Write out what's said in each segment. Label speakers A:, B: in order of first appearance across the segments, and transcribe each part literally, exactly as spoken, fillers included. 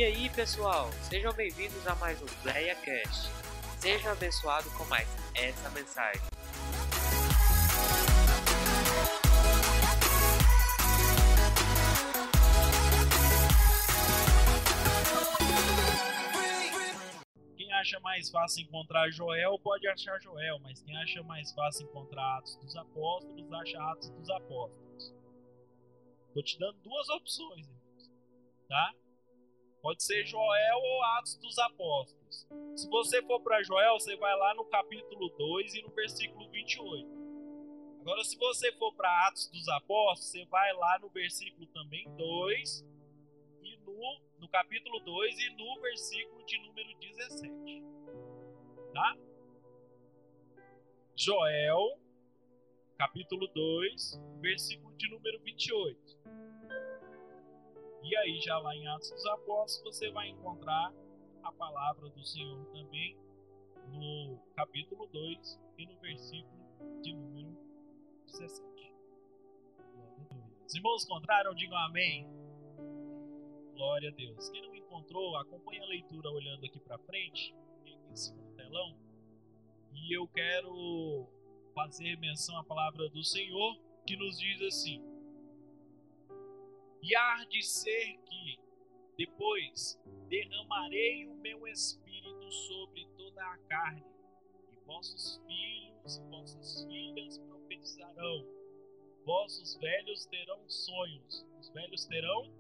A: E aí, pessoal, sejam bem-vindos a mais um PlayaCast. Seja abençoado com mais essa mensagem.
B: Quem acha mais fácil encontrar Joel pode achar Joel, mas quem acha mais fácil encontrar Atos dos Apóstolos acha Atos dos Apóstolos. Estou te dando duas opções, irmãos, tá? Pode ser Joel ou Atos dos Apóstolos. Se você for para Joel, você vai lá no capítulo dois e no versículo vinte e oito. Agora, se você for para Atos dos Apóstolos, você vai lá no versículo também dois e no, no capítulo dois e no versículo de número dezessete. Tá? Joel, capítulo dois, versículo de número vinte e oito. E aí, já lá em Atos dos Apóstolos, você vai encontrar a palavra do Senhor também no capítulo dois e no versículo de número dezessete. Os irmãos encontraram? Digam amém. Glória a Deus. Quem não encontrou, acompanhe a leitura olhando aqui para frente, em cima do telão. E eu quero fazer menção à palavra do Senhor, que nos diz assim: e há de ser que depois derramarei o meu espírito sobre toda a carne, e vossos filhos e vossas filhas profetizarão, vossos velhos terão sonhos, os velhos terão,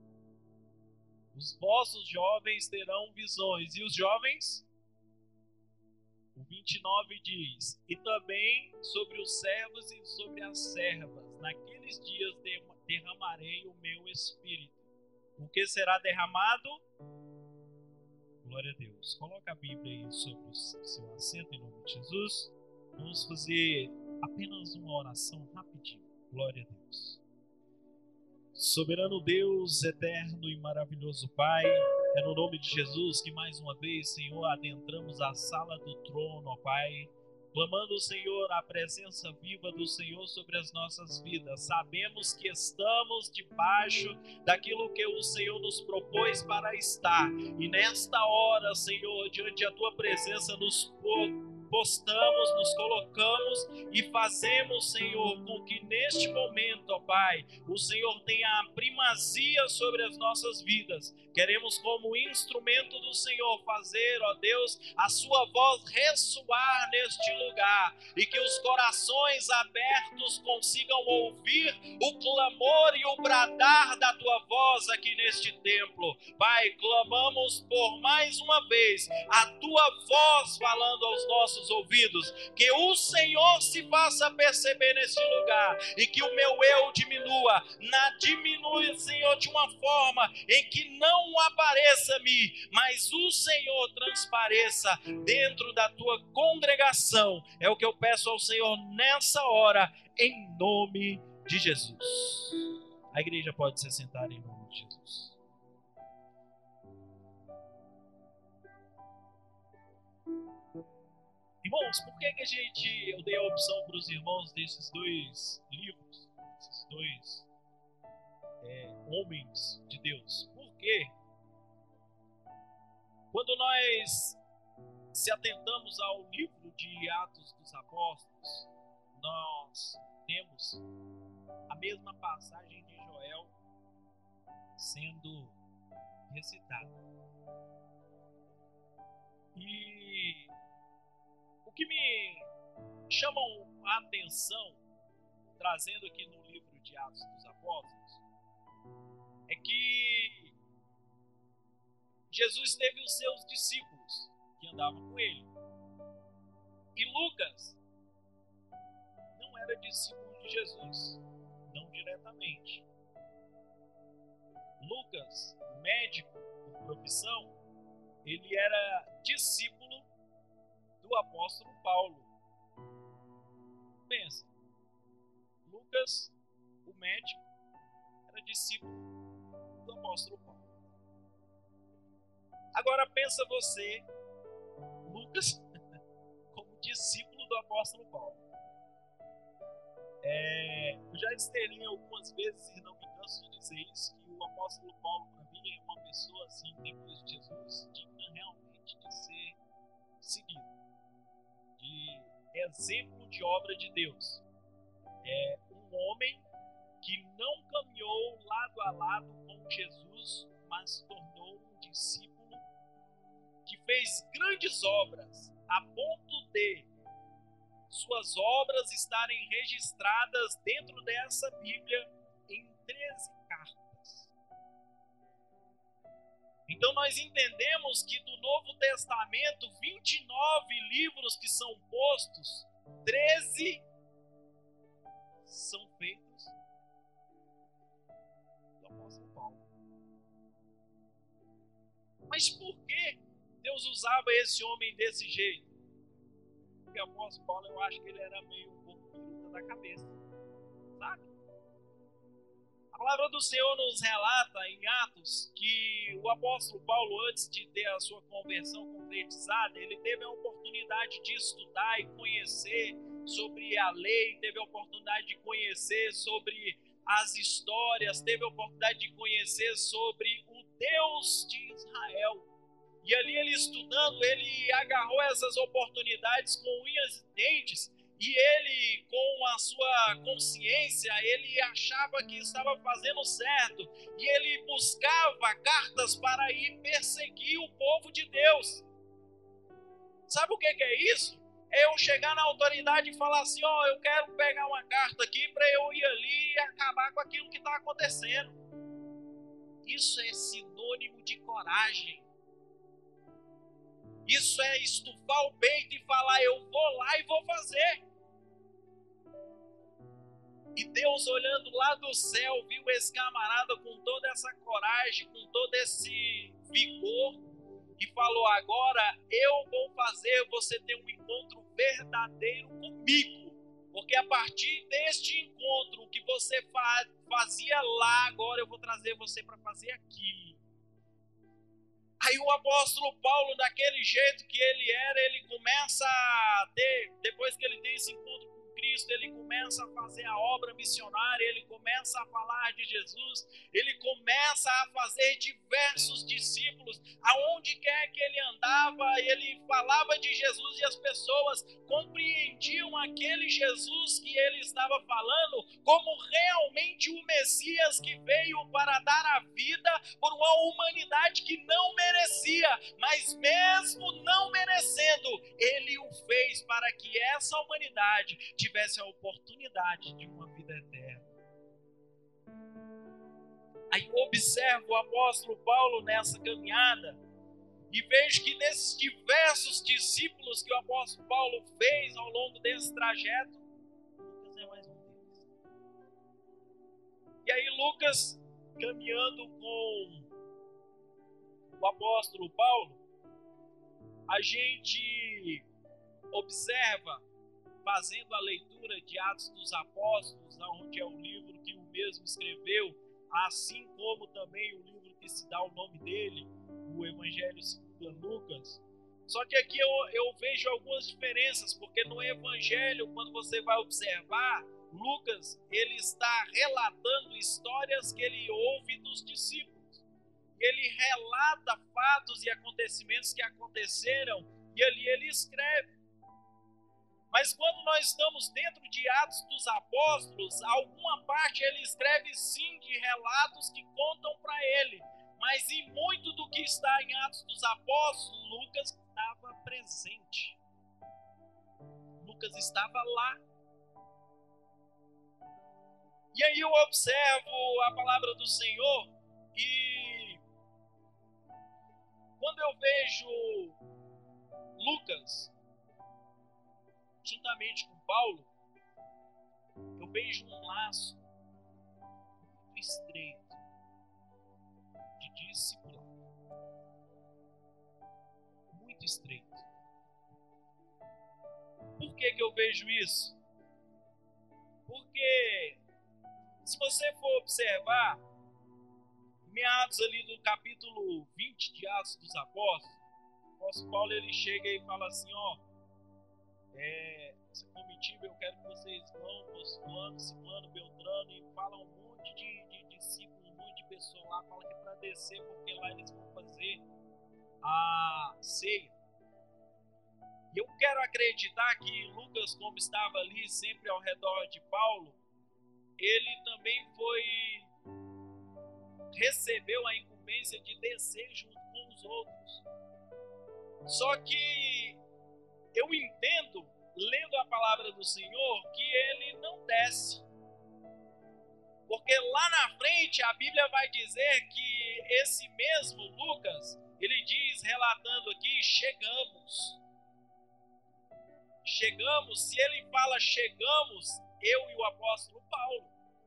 B: os vossos jovens terão visões, e os jovens? O vinte e nove diz: e também sobre os servos e sobre as servas, naqueles dias derramarei o meu espírito. O que será derramado? Glória a Deus. Coloca a Bíblia aí sobre o seu assento em nome de Jesus. Vamos fazer apenas uma oração rapidinho. Glória a Deus. Soberano Deus, eterno e maravilhoso Pai, é no nome de Jesus que mais uma vez, Senhor, adentramos a sala do trono, ó Pai, clamando, Senhor, a presença viva do Senhor sobre as nossas vidas. Sabemos que estamos debaixo daquilo que o Senhor nos propôs para estar. E nesta hora, Senhor, diante da Tua presença, nos postamos, nos colocamos e fazemos, Senhor, com que neste momento, ó Pai, o Senhor tenha a primazia sobre as nossas vidas. Queremos, como instrumento do Senhor, fazer, ó Deus, a Sua voz ressoar neste lugar, e que os corações abertos consigam ouvir o clamor e o bradar da Tua voz aqui neste templo. Pai, clamamos por mais uma vez a Tua voz falando aos nossos ouvidos, que o Senhor se faça perceber neste lugar, e que o meu eu diminua, na diminua, Senhor, de uma forma em que não apareça-me, mas o Senhor transpareça dentro da Tua congregação. É o que eu peço ao Senhor nessa hora, em nome de Jesus. A igreja pode se sentar em nome de Jesus. Irmãos, por que, que a gente, eu dei a opção para os irmãos desses dois livros, esses dois é, homens de Deus? Por quê? Quando nós se atentamos ao livro de Atos dos Apóstolos, nós temos a mesma passagem de Joel sendo recitada. E o que me chama a atenção, trazendo aqui no livro de Atos dos Apóstolos, é que Jesus teve os seus discípulos que andavam com ele. E Lucas não era discípulo de Jesus, não diretamente. Lucas, médico por profissão, ele era discípulo do apóstolo Paulo. Pensa, Lucas, o médico, era discípulo do apóstolo Paulo. Agora pensa você, Lucas, como discípulo do apóstolo Paulo. É, eu já externei algumas vezes, e não me canso de dizer isso, que o apóstolo Paulo, para mim, seria uma pessoa assim, depois de Jesus, digna realmente de ser seguida, de exemplo de obra de Deus. É um homem que não caminhou lado a lado com Jesus, mas se tornou um discípulo que fez grandes obras, a ponto de suas obras estarem registradas dentro dessa Bíblia em treze cartas. Então nós entendemos que do Novo Testamento, vinte e nove livros que são postos, treze são feitos do apóstolo Paulo. Mas por que Deus usava esse homem desse jeito? Porque o apóstolo Paulo, eu acho que ele era meio um pouco biruta da cabeça, sabe? A palavra do Senhor nos relata em Atos que o apóstolo Paulo, antes de ter a sua conversão concretizada, ele teve a oportunidade de estudar e conhecer sobre a lei, teve a oportunidade de conhecer sobre as histórias, teve a oportunidade de conhecer sobre o Deus de Israel. E ali ele estudando, ele agarrou essas oportunidades com unhas e dentes, e ele, com a sua consciência, ele achava que estava fazendo certo, e ele buscava cartas para ir perseguir o povo de Deus. Sabe o que é isso? É eu chegar na autoridade e falar assim, ó, oh, eu quero pegar uma carta aqui para eu ir ali e acabar com aquilo que está acontecendo. Isso é sinônimo de coragem. Isso é estufar o peito e falar, eu vou lá e vou fazer. E Deus, olhando lá do céu, viu esse camarada com toda essa coragem, com todo esse vigor, e falou, agora eu vou fazer você ter um encontro verdadeiro comigo. Porque a partir deste encontro, o que você fazia lá, agora eu vou trazer você para fazer aqui. Aí o apóstolo Paulo, daquele jeito que ele era, ele começa a ter, depois que ele tem esse encontro com Cristo, ele começa a fazer a obra missionária, ele começa a falar de Jesus, ele começa a fazer diversos discípulos, aonde quer que ele andava, ele falava de Jesus e as pessoas compreendiam aquele Jesus que ele estava falando como realmente o Messias que veio para dar a vida por uma humanidade que não merecia, mas mesmo não merecendo, ele o fez para que essa humanidade tivesse a oportunidade de uma vida eterna. Aí eu observo o apóstolo Paulo nessa caminhada e vejo que nesses diversos discípulos que o apóstolo Paulo fez ao longo desse trajeto, Lucas é mais um deles. E aí Lucas, caminhando com o apóstolo Paulo, a gente observa, fazendo a leitura de Atos dos Apóstolos, onde é o livro que o mesmo escreveu, assim como também o livro que se dá o nome dele, o Evangelho segundo Lucas. Só que aqui eu, eu vejo algumas diferenças, porque no Evangelho, quando você vai observar, Lucas, ele está relatando histórias que ele ouve dos discípulos. Ele relata fatos e acontecimentos que aconteceram, e ali ele escreve. Mas quando nós estamos dentro de Atos dos Apóstolos, alguma parte ele escreve sim de relatos que contam para ele. Mas em muito do que está em Atos dos Apóstolos, Lucas estava presente. Lucas estava lá. E aí eu observo a palavra do Senhor e quando eu vejo Lucas juntamente com Paulo, eu vejo um laço muito estreito de discipulado. Muito estreito. Por que que eu vejo isso? Porque se você for observar, meados ali do capítulo vinte de Atos dos Apóstolos, o apóstolo Paulo ele chega e fala assim, ó, É, essa comitiva eu quero que vocês vão, fulano, ciclano, beltrano, e falam um monte de, de discípulos, um monte de pessoas lá, fala que é para descer, porque lá eles vão fazer a ceia. E eu quero acreditar que Lucas, como estava ali sempre ao redor de Paulo, ele também foi, recebeu a incumbência de descer junto com os outros. Só que eu entendo, lendo a palavra do Senhor, que ele não desce. Porque lá na frente a Bíblia vai dizer que esse mesmo Lucas, ele diz, relatando aqui, chegamos. Chegamos, se ele fala chegamos, eu e o apóstolo Paulo.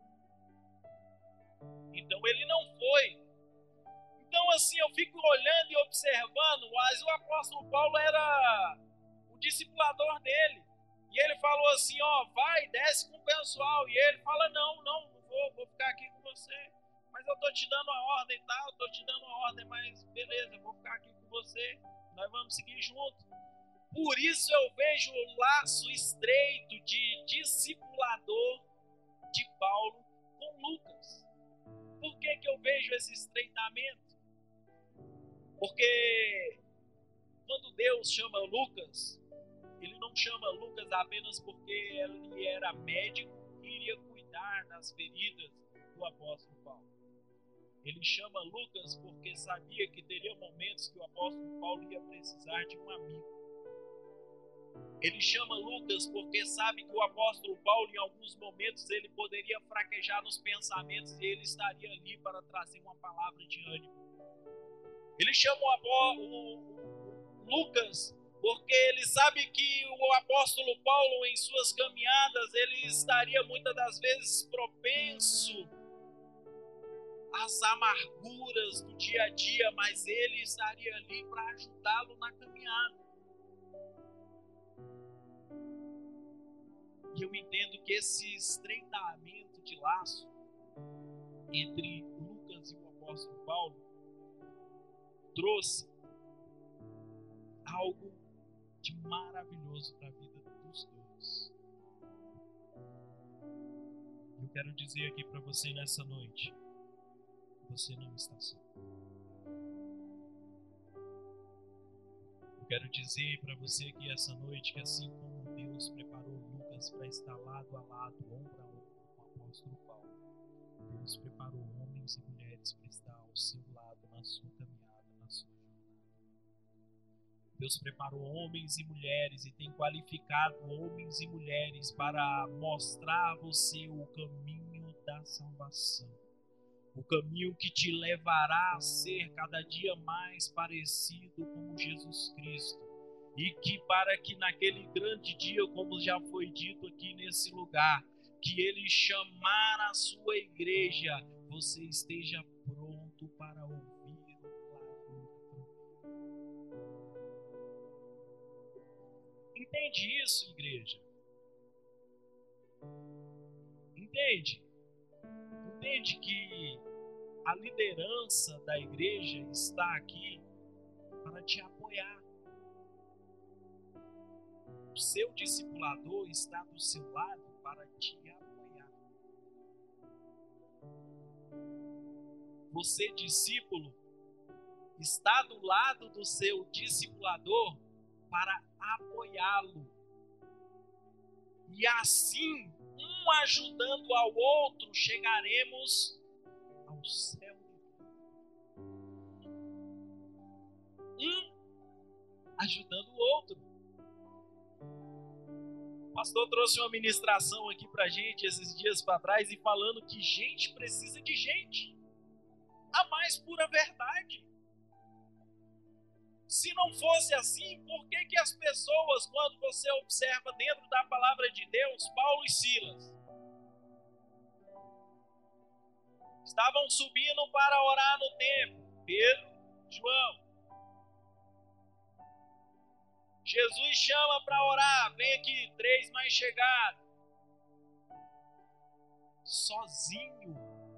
B: Então ele não foi. Então assim, eu fico olhando e observando, mas o apóstolo Paulo era o discipulador dele. E ele falou assim, ó, vai, desce com o pessoal. E ele fala, não, não, não vou, vou ficar aqui com você. Mas eu tô te dando a ordem, tá? Eu tô te dando a ordem, mas beleza, eu vou ficar aqui com você. Nós vamos seguir junto. Por isso eu vejo o laço estreito de discipulador de Paulo com Lucas. Por que que eu vejo esse estreitamento? Porque quando Deus chama Lucas, ele não chama Lucas apenas porque ele era médico e iria cuidar das feridas do apóstolo Paulo. Ele chama Lucas porque sabia que teria momentos que o apóstolo Paulo ia precisar de um amigo. Ele chama Lucas porque sabe que o apóstolo Paulo, em alguns momentos, ele poderia fraquejar nos pensamentos e ele estaria ali para trazer uma palavra de ânimo. Ele chama o, o, o Lucas porque ele sabe que o apóstolo Paulo, em suas caminhadas, ele estaria muitas das vezes propenso às amarguras do dia a dia, mas ele estaria ali para ajudá-lo na caminhada. E eu entendo que esse estreitamento de laço entre Lucas e o apóstolo Paulo trouxe algo de maravilhoso para a vida dos dois. Eu quero dizer aqui para você nessa noite, você não está só. Eu quero dizer para você aqui essa noite que assim como Deus preparou Lucas para estar lado a lado, ombro a ombro com o apóstolo Paulo, Deus preparou homens e mulheres para estar ao seu lado na sua caminhada, na sua jornada. Deus preparou homens e mulheres e tem qualificado homens e mulheres para mostrar a você o caminho da salvação. O caminho que te levará a ser cada dia mais parecido com Jesus Cristo. E que para que naquele grande dia, como já foi dito aqui nesse lugar, que Ele chamar a sua igreja, você esteja pronto para ouvir o clamor. Entende isso, igreja? Entende? Entende que a liderança da igreja está aqui para te apoiar. O seu discipulador está do seu lado para te apoiar. Você, discípulo, está do lado do seu discipulador para apoiá-lo. E assim, um ajudando ao outro, chegaremos ao céu. Um ajudando o outro. O pastor trouxe uma ministração aqui pra gente esses dias para trás e falando que gente precisa de gente. A mais pura verdade. Se não fosse assim, por que que as pessoas, quando você observa dentro da palavra de Deus, Paulo e Silas, estavam subindo para orar no templo? Pedro, João. Jesus chama para orar, vem aqui, três mais chegados. Sozinho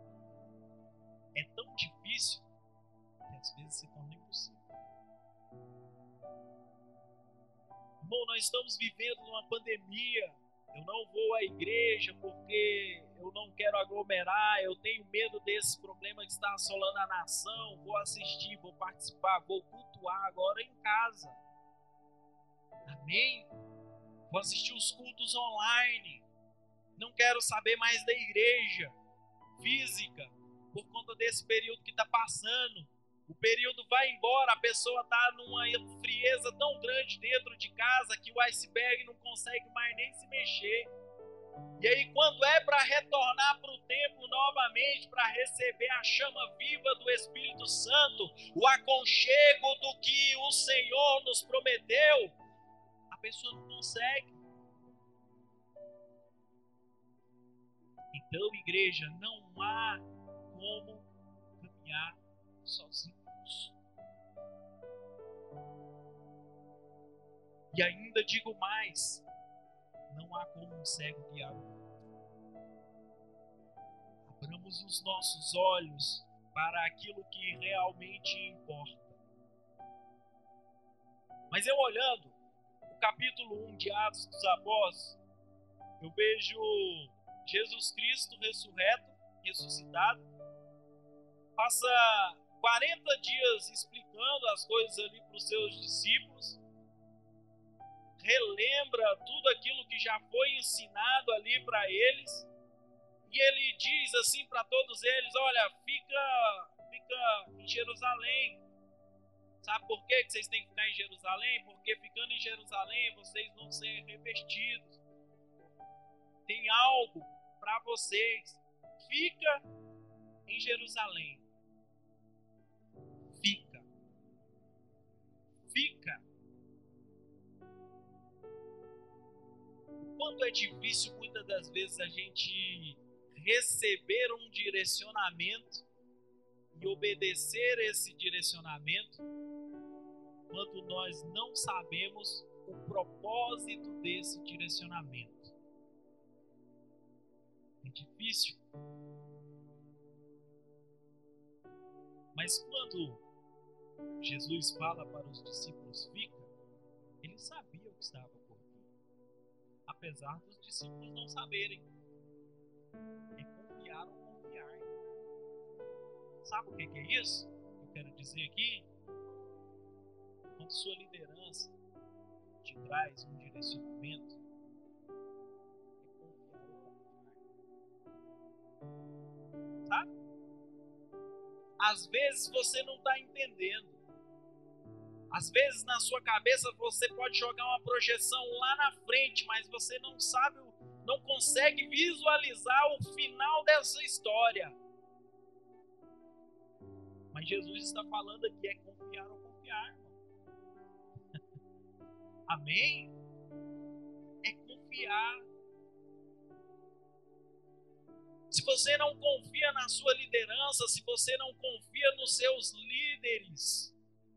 B: é tão difícil que às vezes se torna impossível. Irmão, nós estamos vivendo uma pandemia eu não vou à igreja porque eu não quero aglomerar, eu tenho medo desse problema que está assolando a nação, vou assistir, vou participar, vou cultuar agora em casa. Amém? Vou assistir os cultos online. Não quero saber mais da igreja física por conta desse período que está passando. O período vai embora, a pessoa está numa frieza tão grande dentro de casa que o iceberg não consegue mais nem se mexer. E aí, quando é para retornar para o templo novamente, para receber a chama viva do Espírito Santo, o aconchego do que o Senhor nos prometeu, a pessoa não consegue. Então, igreja, não há como caminhar sozinhos. E ainda digo mais, não há como um cego guiar o outro. Abramos os nossos olhos para aquilo que realmente importa. Mas eu olhando o capítulo um de Atos dos Apóstolos, eu vejo Jesus Cristo ressurreto, ressuscitado, passa quarenta dias explicando as coisas ali para os seus discípulos, relembra tudo aquilo que já foi ensinado ali para eles, e ele diz assim para todos eles: olha, fica, fica em Jerusalém. Sabe por quê que vocês têm que ficar em Jerusalém? Porque ficando em Jerusalém vocês vão ser revestidos. Tem algo para vocês. Fica em Jerusalém. Fica. Fica. Quanto é difícil muitas das vezes a gente receber um direcionamento e obedecer esse direcionamento quando nós não sabemos o propósito desse direcionamento. É difícil. Mas quando Jesus fala para os discípulos, fica, ele sabia o que estava por vir. Apesar dos discípulos não saberem. É confiar ou confiar. Sabe o que é isso? Eu quero dizer aqui. Quando sua liderança te traz um direcionamento, é confiar ou confiar. Sabe? Às vezes você não está entendendo. Às vezes na sua cabeça você pode jogar uma projeção lá na frente, mas você não sabe, não consegue visualizar o final dessa história. Mas Jesus está falando aqui, é confiar ou confiar, irmão. Amém? É confiar. Se você não confia na sua liderança, se você não confia nos seus líderes,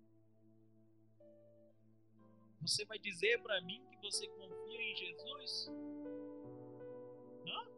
B: você vai dizer para mim que você confia em Jesus? Hã?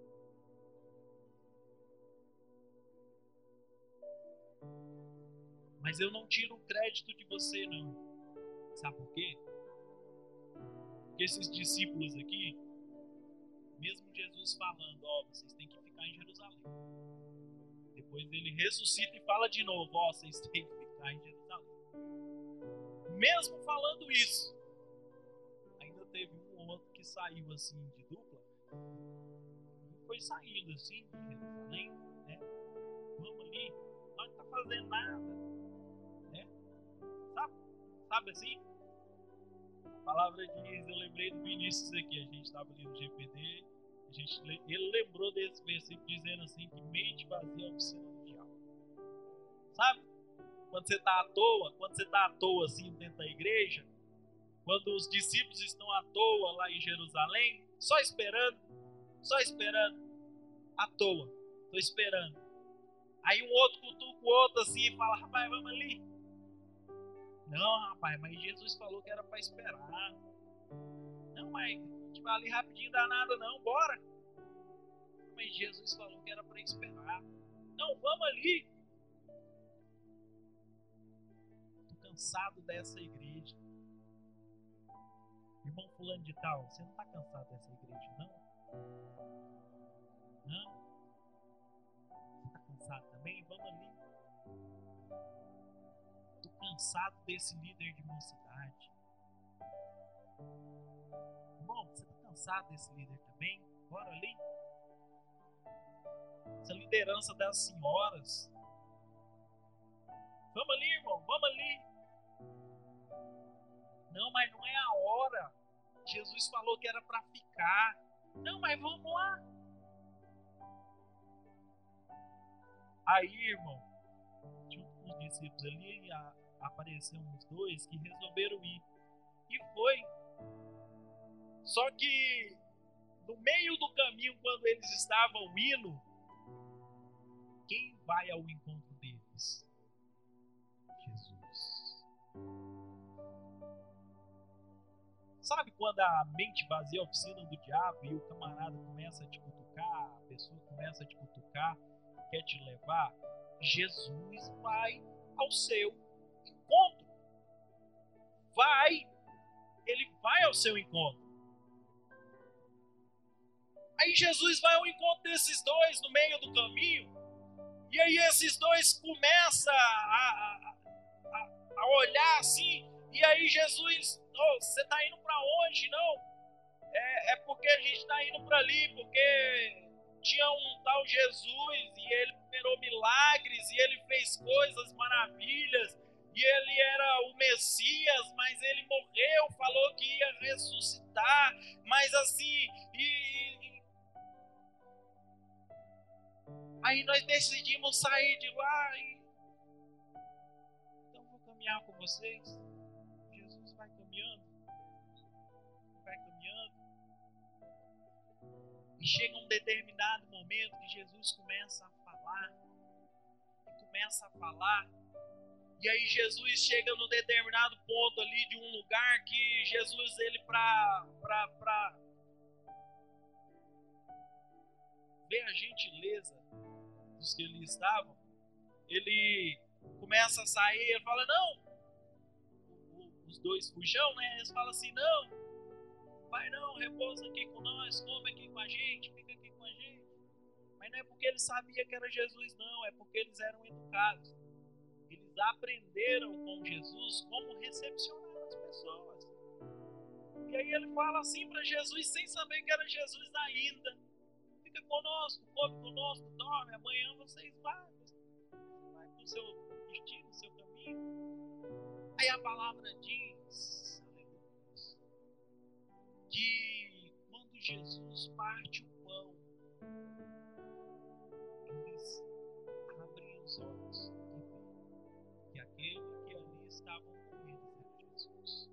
B: Mas eu não tiro o crédito de você, não. Sabe por quê? Porque esses discípulos aqui, mesmo Jesus falando, ó, vocês têm que ficar em Jerusalém. Depois ele ressuscita e fala de novo, ó, vocês têm que ficar em Jerusalém. Mesmo falando isso, ainda teve um ou outro que saiu assim de dupla. E foi saindo assim de Jerusalém, né? Vamos ali, não está fazendo nada, né? Sabe? Sabe assim? A palavra diz, eu lembrei do Vinícius aqui, a gente estava ali no G P D, a gente, ele lembrou desse versículo dizendo assim, que mente vazia é a oficina do diabo. Sabe? Quando você está à toa, quando você está à toa assim dentro da igreja, quando os discípulos estão à toa lá em Jerusalém, só esperando, só esperando, à toa, estou esperando. Aí um outro cutuca o outro assim e fala, rapaz, vamos ali. Não, rapaz, mas Jesus falou que era para esperar. Não, mas a gente vai ali rapidinho, dá nada não, bora. Mas Jesus falou que era para esperar. Não, vamos ali. Estou cansado dessa igreja. Irmão fulano de tal, você não está cansado dessa igreja, não? Hã? Você está cansado também? Vamos ali. Estou cansado desse líder de mocidade. Bom, você está cansado desse líder também? Bora ali. Essa liderança das senhoras. Vamos ali, irmão, vamos ali. Não, mas não é a hora. Jesus falou que era para ficar. Não, mas vamos lá. Aí, irmão, junto com os discípulos ali, a, apareceram uns dois que resolveram ir. E foi. Só que no meio do caminho, quando eles estavam indo, quem vai ao encontro deles? Jesus. Sabe quando a mente vazia é a oficina do diabo e o camarada começa a te cutucar, a pessoa começa a te cutucar, quer te levar? Jesus vai ao seu encontro. Vai, ele vai ao seu encontro. Aí Jesus vai ao encontro desses dois no meio do caminho. E aí esses dois começam a, a, a, a olhar assim. E aí Jesus, oh, você está indo para onde? Não, é, é porque a gente está indo para ali, porque tinha um tal Jesus e ele operou milagres e ele fez coisas, maravilhas. E ele era o Messias, mas ele morreu, falou que ia ressuscitar. Mas assim, e... aí nós decidimos sair de lá e... então vou caminhar com vocês. Jesus vai caminhando, vai caminhando. E chega um determinado momento que Jesus começa a falar. E começa a falar. E aí Jesus chega no determinado ponto ali de um lugar que Jesus, ele para para ver a gentileza dos que ali estavam, ele começa a sair, ele fala, não, os dois fujão, né, eles falam assim, não, vai não, repousa aqui com nós, come aqui com a gente, fica aqui com a gente. Mas não é porque eles sabiam que era Jesus, não, é porque eles eram educados. Eles aprenderam com Jesus como recepcionar as pessoas. E aí ele fala assim para Jesus, sem saber que era Jesus ainda. Fica conosco, come conosco, dorme, amanhã vocês vão. Vai para o seu destino, o seu caminho. Aí a palavra diz, aleluia, que quando Jesus parte o pão, eles abrem os olhos e veem que aquele que ali estavam com eles era Jesus.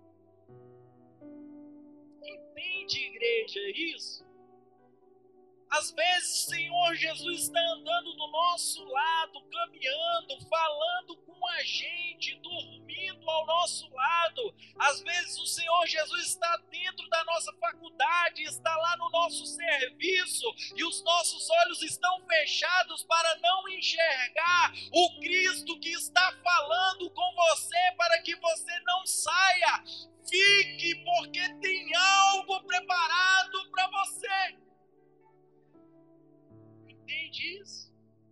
B: Entende, igreja, isso? Às vezes o Senhor Jesus está andando do nosso lado, caminhando, falando com a gente, dormindo ao nosso lado. Às vezes o Senhor Jesus está dentro da nossa faculdade, está lá no nosso serviço, e os nossos olhos estão fechados para não enxergar o Cristo que está falando com você, para que você não saia. Fique, porque tem algo preparado para você. Entende isso?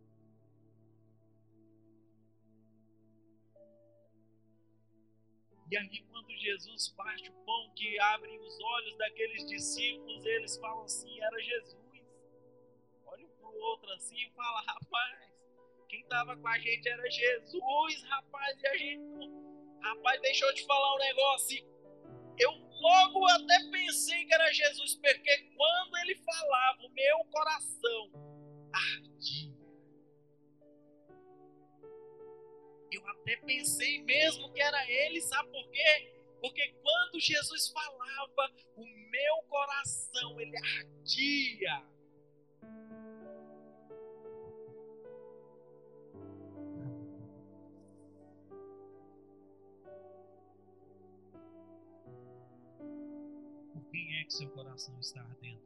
B: E aí quando Jesus parte o pão, que abre os olhos daqueles discípulos, eles falam assim, era Jesus. Olha um para o outro assim e fala, rapaz, quem estava com a gente era Jesus, rapaz, e a gente, rapaz, deixa eu te falar um negócio. Eu logo até pensei que era Jesus, porque quando ele falava, o meu coração ardia. Eu até pensei mesmo que era ele, sabe por quê? Porque quando Jesus falava, o meu coração, ele ardia. Por quem é que seu coração está ardendo?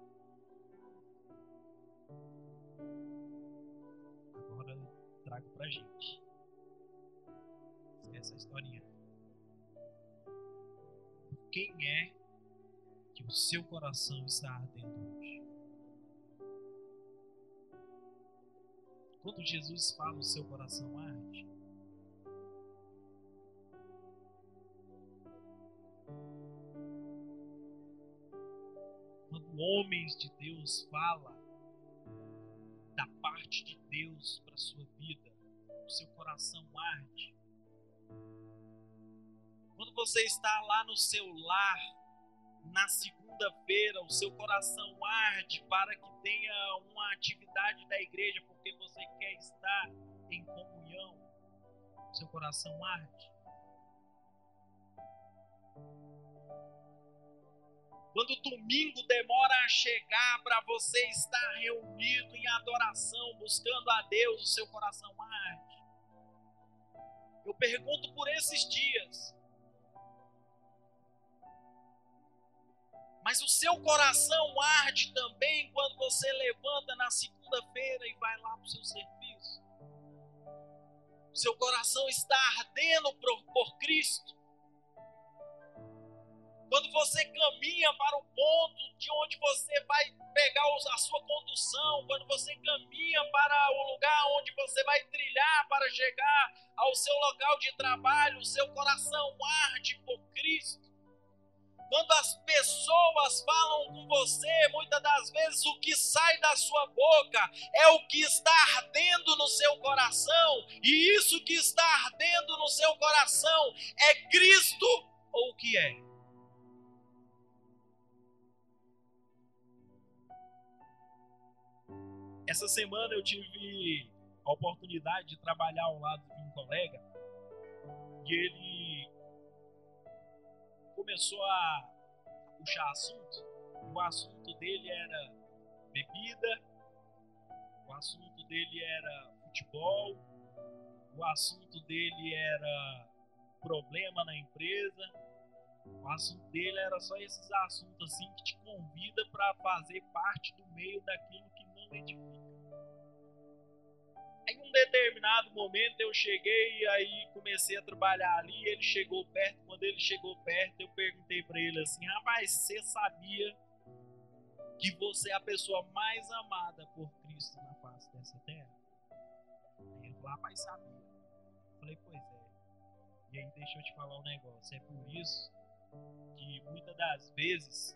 B: Agora eu trago pra gente. Esquece a historinha. Quem é que o seu coração está ardendo hoje? Quando Jesus fala, o seu coração arde. Quando homens de Deus falam da parte de Deus para a sua vida, o seu coração arde. Quando você está lá no seu lar, na segunda-feira, o seu coração arde para que tenha uma atividade da igreja, porque você quer estar em comunhão. O seu coração arde. Quando o domingo demora a chegar para você estar reunido em adoração, buscando a Deus, o seu coração arde. Eu pergunto por esses dias. Mas o seu coração arde também quando você levanta na segunda-feira e vai lá para o seu serviço. O seu coração está ardendo por, por Cristo. Quando você caminha para o ponto de onde você vai pegar a sua condução, quando você caminha para o lugar onde você vai trilhar para chegar ao seu local de trabalho, o seu coração arde por Cristo. Quando as pessoas falam com você, muitas das vezes o que sai da sua boca é o que está ardendo no seu coração. E isso que está ardendo no seu coração é Cristo ou o que é? Essa semana eu tive a oportunidade de trabalhar ao lado de um colega e ele começou a puxar assunto. O assunto dele era bebida, o assunto dele era futebol, o assunto dele era problema na empresa, o assunto dele era só esses assuntos assim que te convida para fazer parte do meio daquilo que não edifica. Em um determinado momento eu cheguei e aí comecei a trabalhar ali, ele chegou perto, quando ele chegou perto eu perguntei para ele assim: rapaz, você sabia que você é a pessoa mais amada por Cristo na face dessa terra? Aí ele falou: rapaz, sabia. Eu falei: pois é. E aí deixa eu te falar um negócio, é por isso que muitas das vezes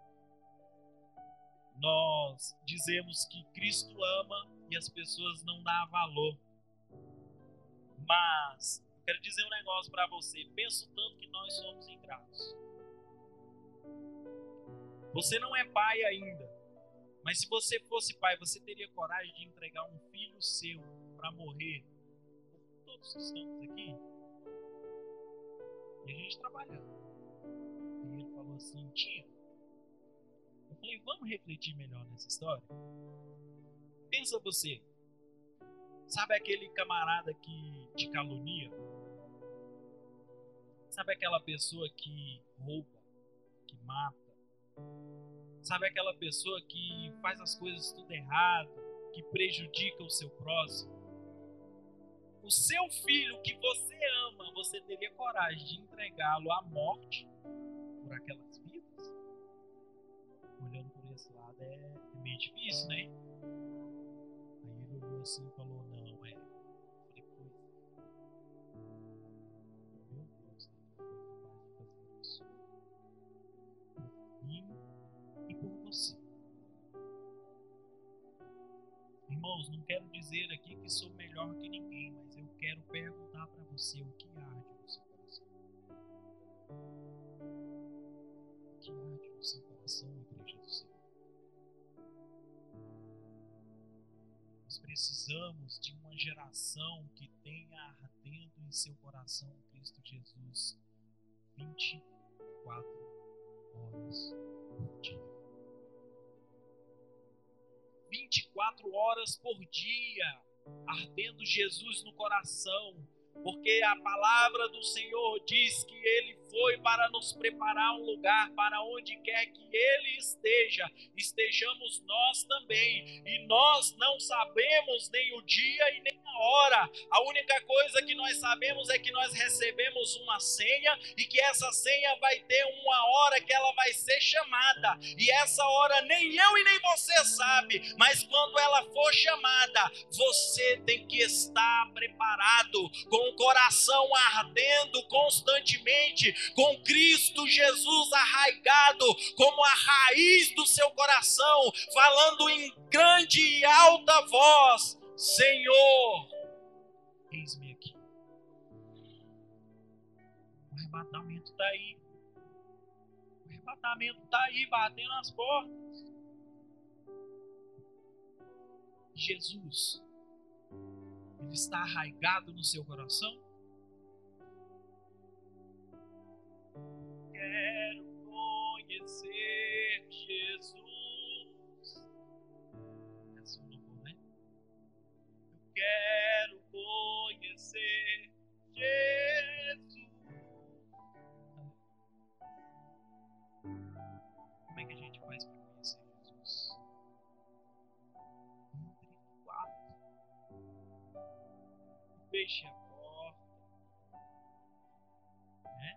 B: nós dizemos que Cristo ama e as pessoas não dão valor. Mas quero dizer um negócio para você. Penso tanto que nós somos ingratos. Você não é pai ainda, mas se você fosse pai, você teria coragem de entregar um filho seu para morrer por todos que estamos aqui? E a gente trabalhando. E ele falou assim: tinha. Eu falei: vamos refletir melhor nessa história? Pensa você, sabe aquele camarada que te calunia? Sabe aquela pessoa que rouba, que mata? Sabe aquela pessoa que faz as coisas tudo errado, que prejudica o seu próximo? O seu filho que você ama, você teria coragem de entregá-lo à morte por aquelas vidas? Olhando por esse lado é, é meio difícil, né? Aí ele olhou assim e falou: não, é. Eu falei: pois. Meu Deus, ele foi capaz de fazer isso por mim e por você. Irmãos, não quero dizer aqui que sou melhor que ninguém, mas eu quero perguntar para você o que arde no seu coração. O que arde no seu coração, igreja do Senhor? Nós precisamos de uma geração que tenha ardendo em seu coração Cristo Jesus vinte e quatro horas por dia. vinte e quatro horas por dia, ardendo Jesus no coração, porque a palavra do Senhor diz que Ele foi para nos preparar um lugar, para onde quer que Ele esteja, estejamos nós também, e nós não sabemos nem o dia e nem a uma hora. A única coisa que nós sabemos é que nós recebemos uma senha e que essa senha vai ter uma hora que ela vai ser chamada. E essa hora nem eu e nem você sabe, mas quando ela for chamada, você tem que estar preparado, com o coração ardendo constantemente, com Cristo Jesus arraigado como a raiz do seu coração, falando em grande e alta voz: Senhor, eis-me aqui. O arrebatamento está aí. O arrebatamento está aí, batendo nas portas. Jesus, Ele está arraigado no seu coração? Quero conhecer Jesus. É assim o louvor, né? Eu quero conhecer Jesus. Como é que a gente faz para conhecer Jesus? Entre no quarto. Feche a porta. Né?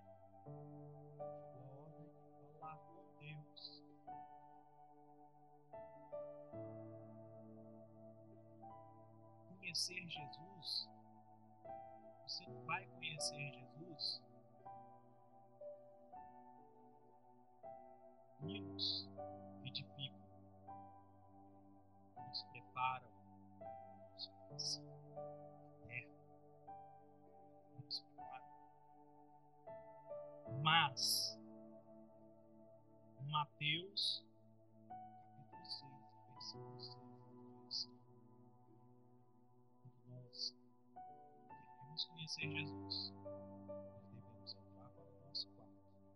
B: Pode falar com Deus. Conhecer Jesus, você não vai conhecer Jesus. Hinos edificam, nos preparam, nos capacitam, terra, nos preparam. Mas Mateus capítulo seis, versículo seis, nós queremos conhecer Jesus, nós devemos entrar para o nosso quarto.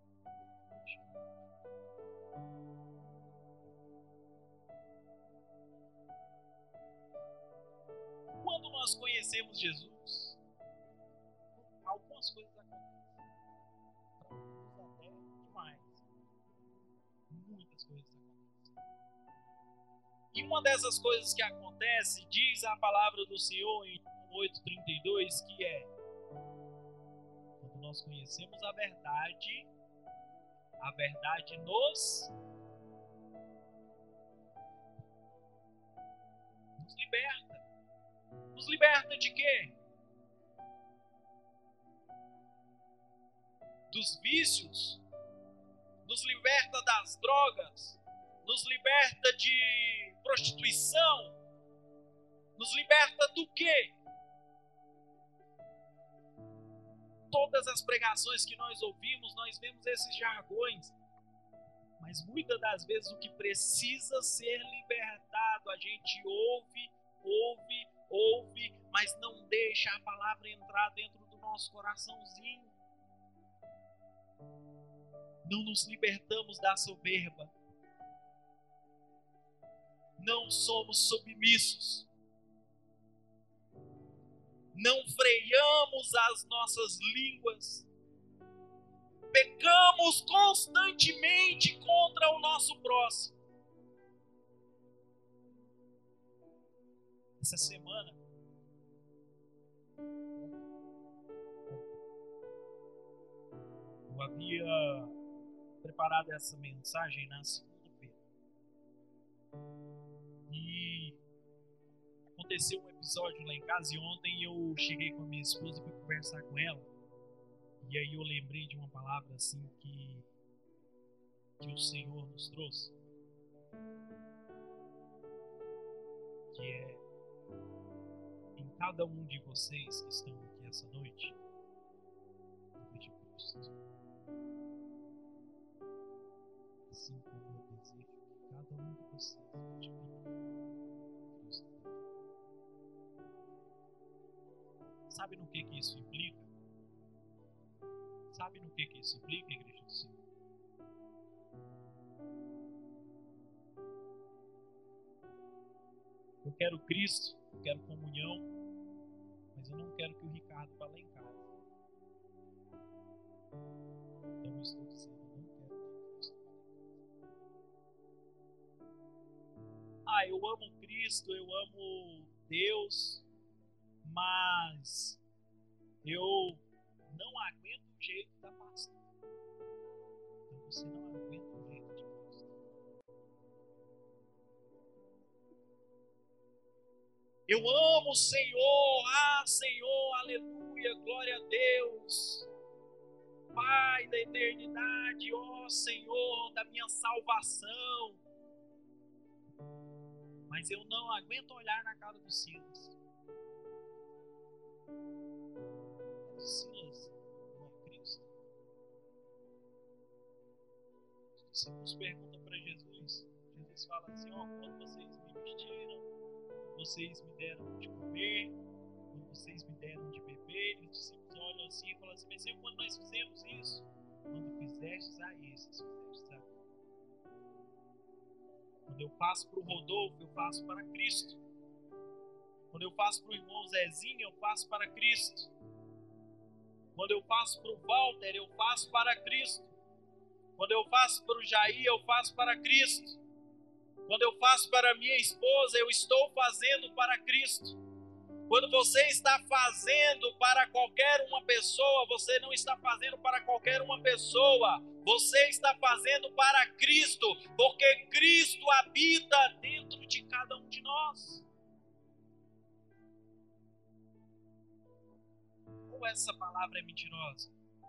B: Quando nós conhecemos Jesus, algumas coisas acontecem. Para alguns até demais. Muitas coisas acontecem. E uma dessas coisas que acontece, diz a palavra do Senhor em oito, trinta e dois, que é: quando nós conhecemos a verdade, a verdade nos, nos liberta. Nos liberta de quê? Dos vícios, nos liberta das drogas, nos liberta de prostituição, nos liberta do quê? Todas as pregações que nós ouvimos, nós vemos esses jargões, mas muitas das vezes o que precisa ser libertado, a gente ouve, ouve, ouve, mas não deixa a palavra entrar dentro do nosso coraçãozinho. Não nos libertamos da soberba. Não somos submissos. Não freamos as nossas línguas. Pecamos constantemente contra o nosso próximo. Essa semana, eu havia preparado essa mensagem na segunda-feira. E aconteceu um episódio lá em casa, e ontem eu cheguei com a minha esposa para conversar com ela. E aí eu lembrei de uma palavra assim que, que o Senhor nos trouxe. Que é: em cada um de vocês que estão aqui essa noite, eu vejo Cristo. Assim como eu desejo que cada um de vocês veja Cristo. Sabe no que que isso implica? Sabe no que que isso implica, igreja do Senhor? Eu quero Cristo, eu quero comunhão, mas eu não quero que o Ricardo vá lá em casa. Então eu estou dizendo, eu não quero que Cristo vá lá em casa. Ah, eu amo Cristo, eu amo Deus, mas eu não aguento o jeito da pastora. Então você não aguenta o jeito de Cristo. Eu amo o Senhor, ah Senhor, aleluia, glória a Deus. Pai da eternidade, ó Senhor da minha salvação. Mas eu não aguento olhar na cara do Silas. O Silas não é Cristo. Os discípulos perguntam para Jesus. Jesus fala assim, ó, quando vocês me vestiram, quando vocês me deram de comer, quando vocês me deram de beber, os discípulos olham assim e falam assim, mas Senhor, quando nós fizemos isso? Quando fizestes a esses, fizestes a mim. Quando eu faço para o Rodolfo, eu faço para Cristo. Quando eu faço para o irmão Zezinho, eu faço para Cristo. Quando eu faço para o Walter, eu faço para Cristo. Quando eu faço para o Jair, eu faço para Cristo. Quando eu faço para minha esposa, eu estou fazendo para Cristo. Quando você está fazendo para qualquer uma pessoa, você não está fazendo para qualquer uma pessoa. Você está fazendo para Cristo, porque Cristo habita dentro de cada um de nós. Ou essa palavra é mentirosa?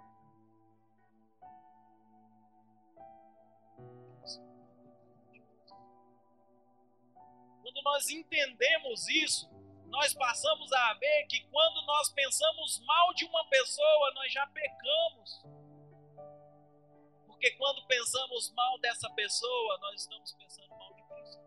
B: Quando nós entendemos isso, nós passamos a ver que quando nós pensamos mal de uma pessoa, nós já pecamos. Porque quando pensamos mal dessa pessoa, nós estamos pensando mal de Cristo.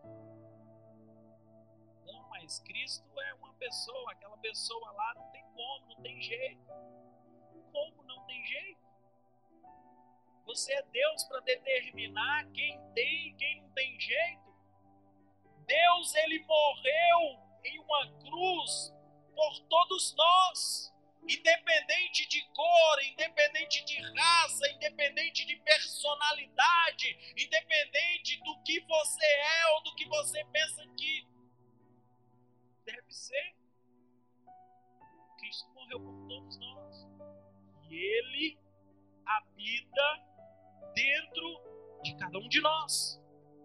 B: Não, mas Cristo é uma pessoa, aquela pessoa lá não tem como, não tem jeito. Como não tem jeito? Você é Deus para determinar quem tem e quem não tem jeito. Deus, ele morreu em uma cruz por todos nós, independente de cor, independente de raça, independente de personalidade, independente do que você é ou do que você pensa que deve ser. Cristo morreu por todos nós e ele habita dentro de cada um de nós.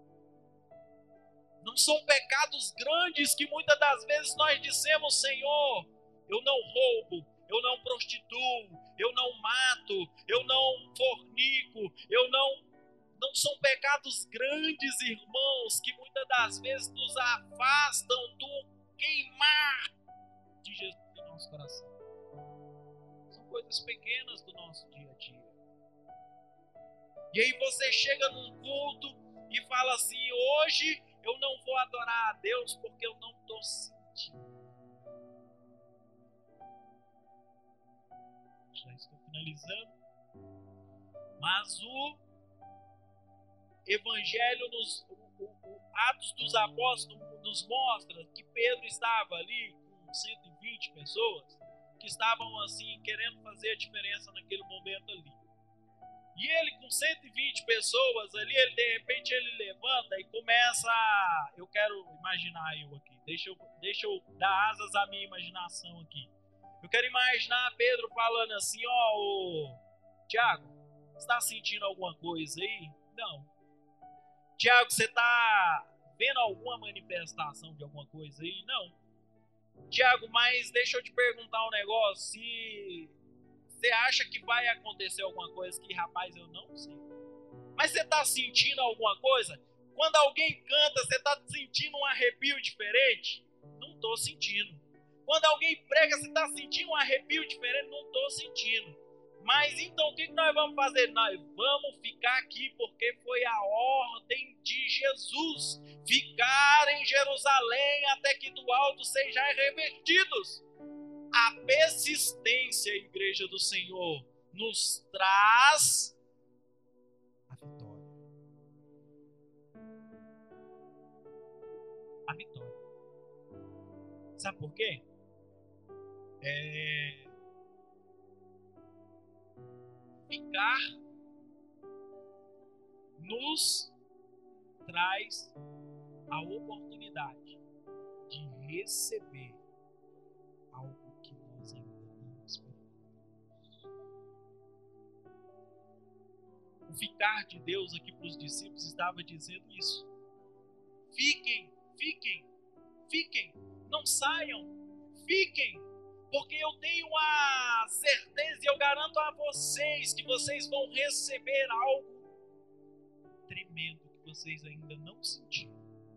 B: Não são pecados grandes que muitas das vezes nós dissemos, Senhor, eu não roubo, eu não prostituo, eu não mato, eu não fornico, eu não... Não são pecados grandes, irmãos, que muitas das vezes nos afastam do queimar de Jesus em nosso coração. São coisas pequenas do nosso dia a dia. E aí você chega num culto e fala assim, hoje eu não vou adorar a Deus porque eu não estou sentindo. Já estou finalizando. Mas o Evangelho, nos, o, o, o Atos dos Apóstolos nos mostra que Pedro estava ali com cento e vinte pessoas que estavam assim querendo fazer a diferença naquele momento ali. E ele com cento e vinte pessoas ali, ele, de repente ele levanta e começa a... Eu quero imaginar eu aqui, deixa eu, deixa eu dar asas à minha imaginação aqui. Eu quero imaginar Pedro falando assim, ó, oh, Tiago, você está sentindo alguma coisa aí? Não. Tiago, você está vendo alguma manifestação de alguma coisa aí? Não. Tiago, mas deixa eu te perguntar um negócio, se... Você acha que vai acontecer alguma coisa que, rapaz, eu não sei. Mas você está sentindo alguma coisa? Quando alguém canta, você está sentindo um arrepio diferente? Não estou sentindo. Quando alguém prega, você está sentindo um arrepio diferente? Não estou sentindo. Mas então, o que nós vamos fazer? Nós vamos ficar aqui, porque foi a ordem de Jesus. Ficar em Jerusalém até que do alto sejam revestidos. A persistência, Igreja do Senhor, nos traz a vitória. A vitória. Sabe por quê? É... Ficar nos traz a oportunidade de receber algo que nós ainda não experimentamos. O ficar de Deus aqui para os discípulos estava dizendo isso. Fiquem, fiquem, fiquem, não saiam, fiquem, porque eu tenho a certeza e eu garanto a vocês que vocês vão receber algo tremendo que vocês ainda não sentiram.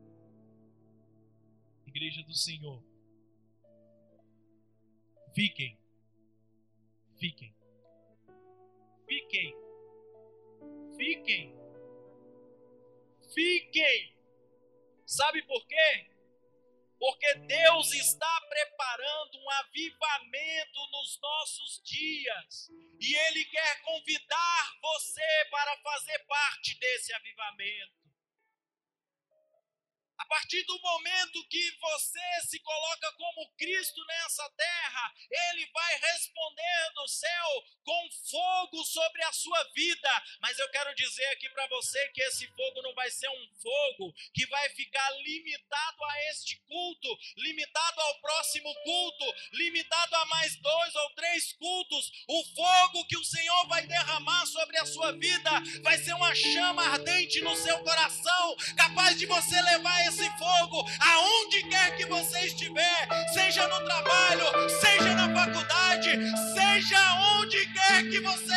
B: Igreja do Senhor, fiquem, fiquem, fiquem, fiquem, fiquem. Sabe por quê? Porque Deus está preparando um avivamento nos nossos dias. E Ele quer convidar você para fazer parte desse avivamento. A partir do momento que você se coloca como Cristo nessa terra, Ele vai responder do céu com fogo sobre a sua vida. Mas eu quero dizer aqui para você que esse fogo não vai ser um fogo que vai ficar limitado a este culto, limitado ao próximo culto, limitado a mais dois ou três cultos. O fogo que o Senhor vai derramar sobre a sua vida vai ser uma chama ardente no seu coração, capaz de você levar esse fogo aonde quer que você estiver, seja no trabalho, seja na faculdade, seja onde quer que você